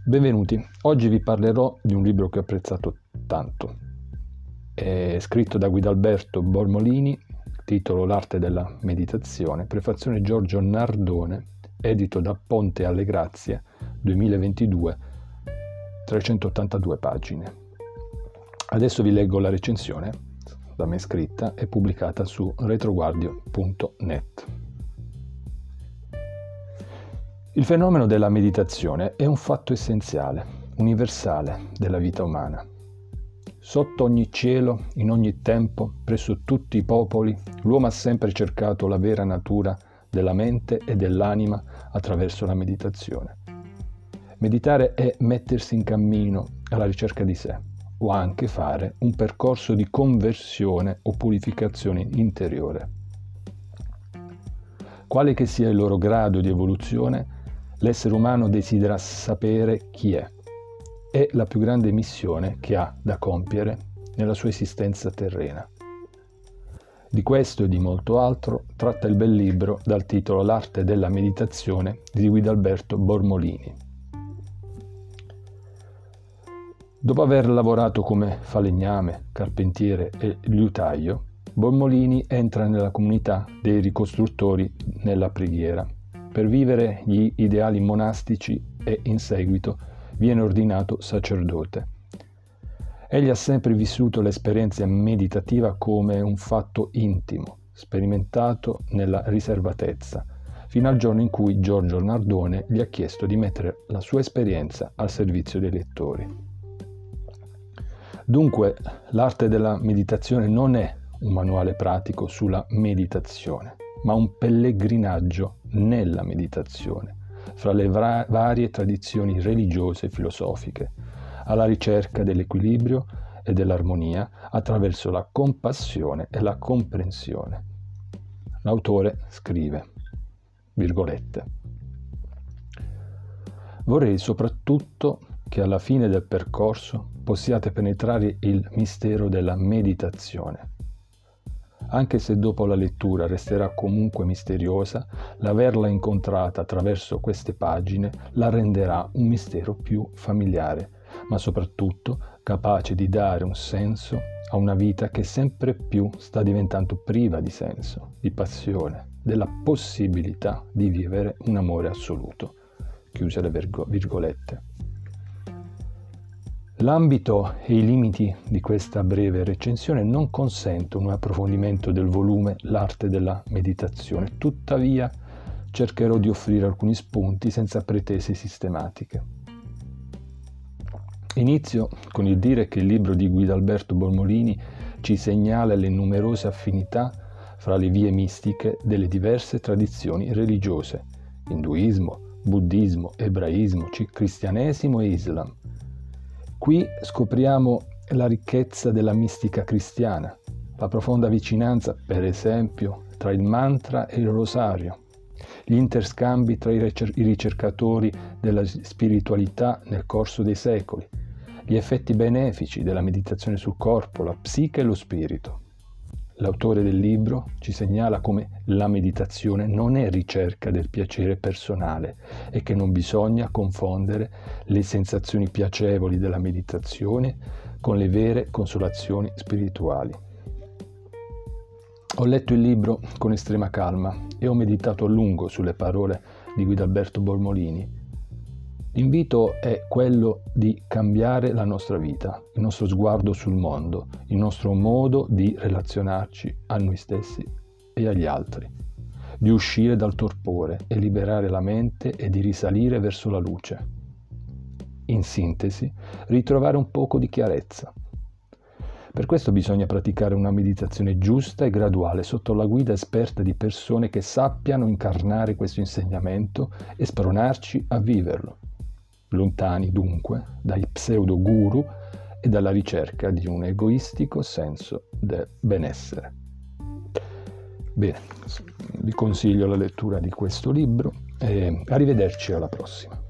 Benvenuti, oggi vi parlerò di un libro che ho apprezzato tanto. È scritto da Guidalberto Bormolini, titolo L'arte della meditazione, prefazione Giorgio Nardone, edito da Ponte alle Grazie, 2022, 382 pagine. Adesso vi leggo la recensione, da me scritta e pubblicata su retroguardio.net. Il fenomeno della meditazione è un fatto essenziale, universale della vita umana. Sotto ogni cielo, in ogni tempo, presso tutti i popoli, l'uomo ha sempre cercato la vera natura della mente e dell'anima attraverso la meditazione. Meditare è mettersi in cammino alla ricerca di sé, o anche fare un percorso di conversione o purificazione interiore. Quale che sia il loro grado di evoluzione, l'essere umano desidera sapere chi è. È la più grande missione che ha da compiere nella sua esistenza terrena. Di questo e di molto altro tratta il bel libro dal titolo L'arte della meditazione di Guidalberto Bormolini. Dopo aver lavorato come falegname, carpentiere e liutaio, Bormolini entra nella comunità dei ricostruttori nella preghiera per vivere gli ideali monastici e in seguito viene ordinato sacerdote. Egli ha sempre vissuto l'esperienza meditativa come un fatto intimo, sperimentato nella riservatezza, fino al giorno in cui Giorgio Nardone gli ha chiesto di mettere la sua esperienza al servizio dei lettori. Dunque, l'arte della meditazione non è un manuale pratico sulla meditazione, ma un pellegrinaggio nella meditazione, fra le varie tradizioni religiose e filosofiche, alla ricerca dell'equilibrio e dell'armonia attraverso la compassione e la comprensione. L'autore scrive, virgolette, «Vorrei soprattutto che alla fine del percorso possiate penetrare il mistero della meditazione. Anche se dopo la lettura resterà comunque misteriosa, l'averla incontrata attraverso queste pagine la renderà un mistero più familiare, ma soprattutto capace di dare un senso a una vita che sempre più sta diventando priva di senso, di passione, della possibilità di vivere un amore assoluto». Chiuse le virgolette. L'ambito e i limiti di questa breve recensione non consentono un approfondimento del volume L'arte della meditazione, tuttavia cercherò di offrire alcuni spunti senza pretese sistematiche. Inizio con il dire che il libro di Guidalberto Bormolini ci segnala le numerose affinità fra le vie mistiche delle diverse tradizioni religiose, induismo, buddismo, ebraismo, cristianesimo e islam. Qui scopriamo la ricchezza della mistica cristiana, la profonda vicinanza, per esempio, tra il mantra e il rosario, gli interscambi tra i ricercatori della spiritualità nel corso dei secoli, gli effetti benefici della meditazione sul corpo, la psiche e lo spirito. L'autore del libro ci segnala come la meditazione non è ricerca del piacere personale e che non bisogna confondere le sensazioni piacevoli della meditazione con le vere consolazioni spirituali. Ho letto il libro con estrema calma e ho meditato a lungo sulle parole di Guidalberto Bormolini. L'invito è quello di cambiare la nostra vita, il nostro sguardo sul mondo, il nostro modo di relazionarci a noi stessi e agli altri, di uscire dal torpore e liberare la mente e di risalire verso la luce. In sintesi, ritrovare un poco di chiarezza. Per questo bisogna praticare una meditazione giusta e graduale sotto la guida esperta di persone che sappiano incarnare questo insegnamento e spronarci a viverlo. Lontani dunque dai pseudo-guru e dalla ricerca di un egoistico senso del benessere. Bene, vi consiglio la lettura di questo libro e arrivederci alla prossima.